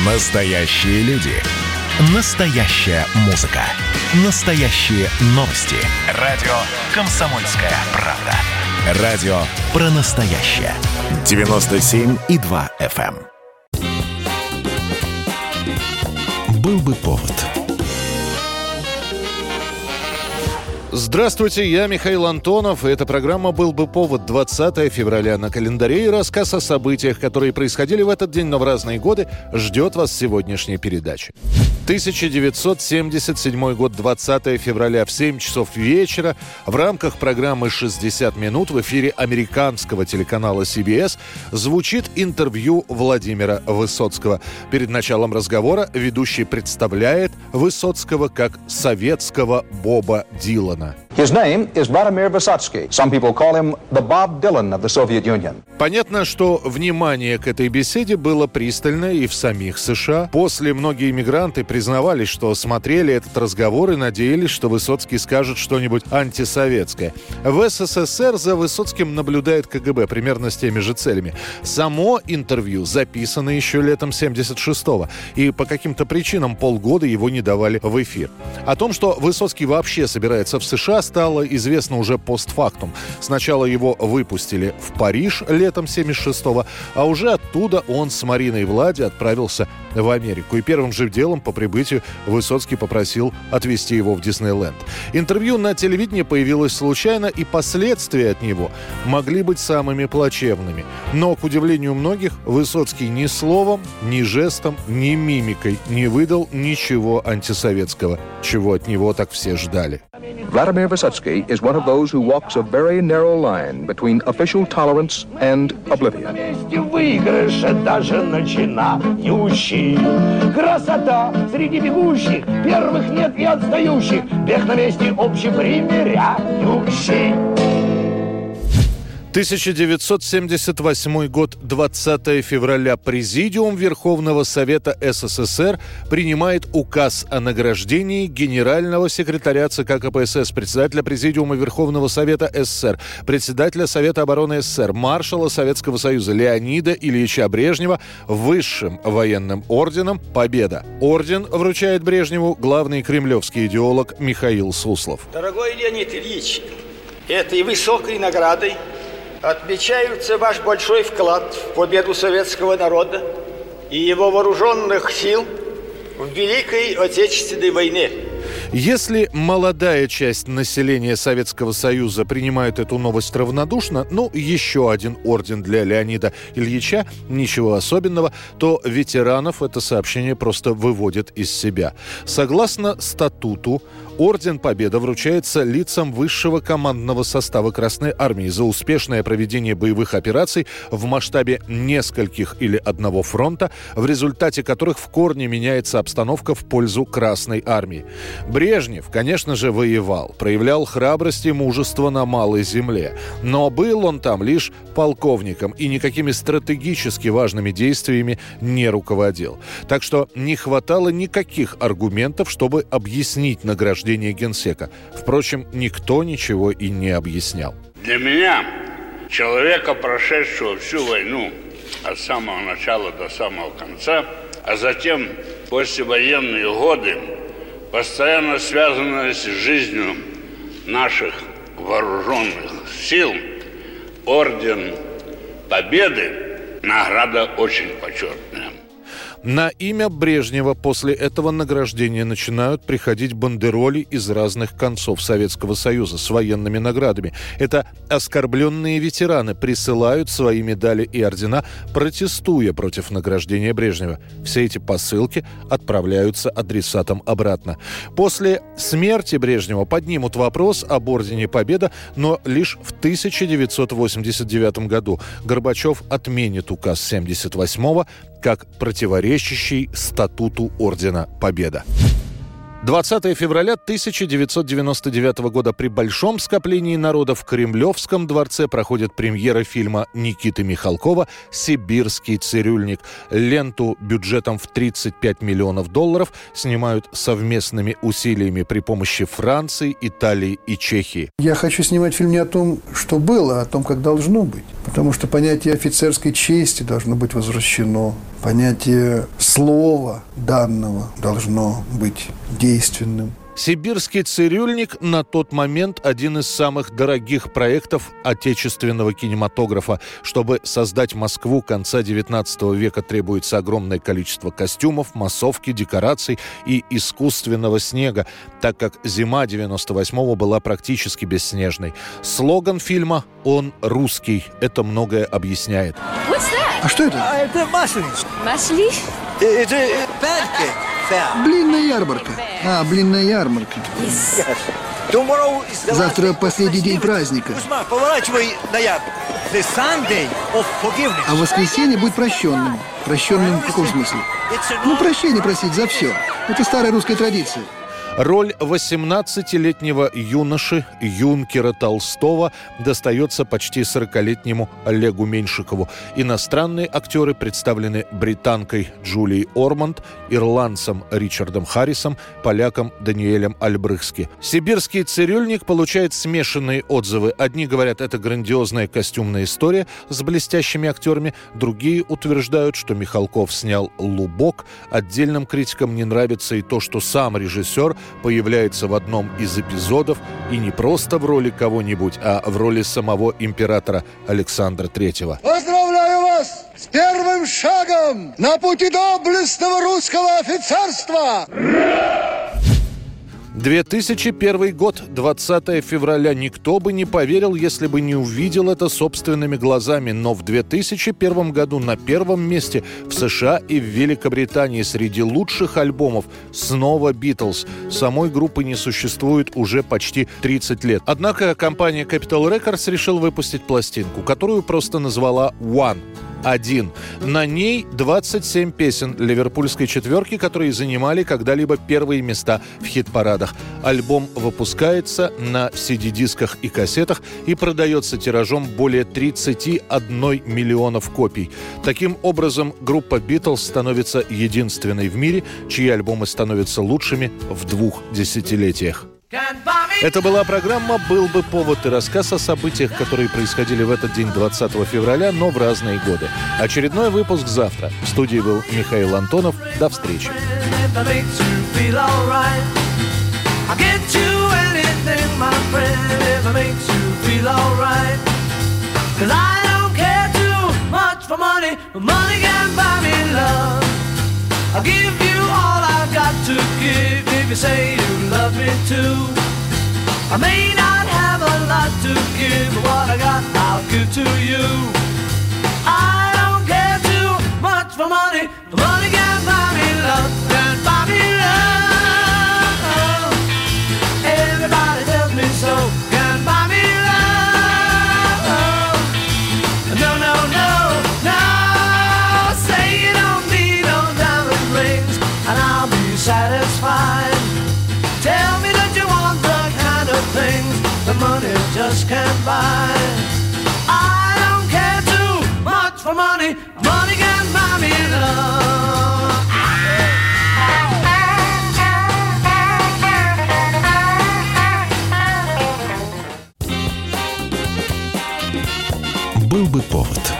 Настоящие люди. Настоящая музыка. Настоящие новости. Радио «Комсомольская правда». Радио про настоящее. 97,2 FM. Был бы повод. Здравствуйте, я Михаил Антонов, и эта программа «Был бы повод», 20 февраля на календаре, и рассказ о событиях, которые происходили в этот день, но в разные годы, ждет вас сегодняшняя передача. 1977 год, 20 февраля, в 7 часов вечера в рамках программы «60 минут» в эфире американского телеканала CBS звучит интервью Владимира Высоцкого. Перед началом разговора ведущий представляет Высоцкого как советского Боба Дилана. His name is Vladimir Vysotsky. Some people call him the Bob Dylan of the Soviet Union. Понятно, что внимание к этой беседе было пристальное и в самих США. После многие иммигранты признавались, что смотрели этот разговор и надеялись, что Высоцкий скажет что-нибудь антисоветское. В СССР за Высоцким наблюдает КГБ примерно с теми же целями. Само интервью записано еще летом 76-го, и по каким-то причинам полгода его не давали в эфир. О том, что Высоцкий вообще собирается в США, стало известно уже постфактум. Сначала его выпустили в Париж летом 76-го, а уже оттуда он с Мариной Влади отправился в Америку. И первым же делом по прибытию Высоцкий попросил отвезти его в Диснейленд. Интервью на телевидении появилось случайно, и последствия от него могли быть самыми плачевными. Но, к удивлению многих, Высоцкий ни словом, ни жестом, ни мимикой не выдал ничего антисоветского, чего от него так все ждали. Vladimir Vysotsky is one of those who walks a very narrow line between official tolerance and oblivion. Выигрыша даже начинающий. Красота среди бегущих, первых нет и отстающих. Бег на месте общепримиряющий. 1978 год, 20 февраля. Президиум Верховного Совета СССР принимает указ о награждении генерального секретаря ЦК КПСС, председателя Президиума Верховного Совета СССР, председателя Совета обороны СССР, маршала Советского Союза Леонида Ильича Брежнева высшим военным орденом «Победа». Орден вручает Брежневу главный кремлевский идеолог Михаил Суслов. Дорогой Леонид Ильич, этой высокой наградой отмечается ваш большой вклад в победу советского народа и его вооруженных сил в Великой Отечественной войне. Если молодая часть населения Советского Союза принимает эту новость равнодушно, еще один орден для Леонида Ильича, ничего особенного, то ветеранов это сообщение просто выводит из себя. Согласно статуту, Орден Победы вручается лицам высшего командного состава Красной Армии за успешное проведение боевых операций в масштабе нескольких или одного фронта, в результате которых в корне меняется обстановка в пользу Красной Армии. Брежнев, конечно же, воевал, проявлял храбрость и мужество на малой земле, но был он там лишь полковником и никакими стратегически важными действиями не руководил. Так что не хватало никаких аргументов, чтобы объяснить награждение генсека. Впрочем, никто ничего и не объяснял. Для меня, человека, прошедшего всю войну от самого начала до самого конца, а затем послевоенные годы, постоянно связанные с жизнью наших вооруженных сил, Орден Победы – награда очень почетная. На имя Брежнева после этого награждения начинают приходить бандероли из разных концов Советского Союза с военными наградами. Это оскорбленные ветераны присылают свои медали и ордена, протестуя против награждения Брежнева. Все эти посылки отправляются адресатам обратно. После смерти Брежнева поднимут вопрос об Ордене Победы, но лишь в 1989 году Горбачев отменит указ 78-го как противоречащий статуту Ордена Победа. 20 февраля 1999 года при большом скоплении народа в Кремлевском дворце проходит премьера фильма Никиты Михалкова «Сибирский цирюльник». Ленту бюджетом в $35 миллионов снимают совместными усилиями при помощи Франции, Италии и Чехии. Я хочу снимать фильм не о том, что было, а о том, как должно быть. Потому что понятие офицерской чести должно быть возвращено. Понятие слово данного должно быть действенным. «Сибирский цирюльник» на тот момент один из самых дорогих проектов отечественного кинематографа. Чтобы создать Москву конца XIX века, требуется огромное количество костюмов, массовки, декораций и искусственного снега, так как зима 98-го была практически бесснежной. Слоган фильма «Он русский». Это многое объясняет. А что это? Это маслич. Маслич? Это панки. Блинная ярмарка. Блинная ярмарка. Завтра последний день праздника. Поворачивай на ярмарку. А воскресенье будет прощенным. Прощенным в каком смысле? Прощение просить за все. Это старая русская традиция. Роль 18-летнего юноши, юнкера Толстого, достается почти 40-летнему Олегу Меньшикову. Иностранные актеры представлены британкой Джулией Орманд, ирландцем Ричардом Харрисом, поляком Даниэлем Альбрехски. «Сибирский цирюльник» получает смешанные отзывы. Одни говорят, это грандиозная костюмная история с блестящими актерами, другие утверждают, что Михалков снял лубок. Отдельным критикам не нравится и то, что сам режиссер появляется в одном из эпизодов и не просто в роли кого-нибудь, а в роли самого императора Александра III. Поздравляю вас с первым шагом на пути доблестного русского офицерства! 2001 год, 20 февраля. Никто бы не поверил, если бы не увидел это собственными глазами. Но в 2001 году на первом месте в США и в Великобритании среди лучших альбомов снова «Битлз». Самой группы не существует уже почти 30 лет. Однако компания Capitol Records решила выпустить пластинку, которую просто назвала «One». Один. На ней 27 песен ливерпульской четверки, которые занимали когда-либо первые места в хит-парадах. Альбом выпускается на CD-дисках и кассетах и продается тиражом более 31 миллионов копий. Таким образом, группа «Битлз» становится единственной в мире, чьи альбомы становятся лучшими в 2 десятилетиях. Это была программа «Был бы повод» и рассказ о событиях, которые происходили в этот день 20 февраля, но в разные годы. Очередной выпуск завтра. В студии был Михаил Антонов. До встречи. You say you love me too. I may not have a lot to give, but what I got I'll give to you. I don't care too much for money. Money can't buy me love, can't buy me love. Everybody tells me so. Can't buy me love. No, no, no, no. Say you don't need no diamond rings, and I'll be satisfied. Tell me that you want the kind of things the money just can't buy. I don't care too much for money. Money can't buy me love. Был бы повод.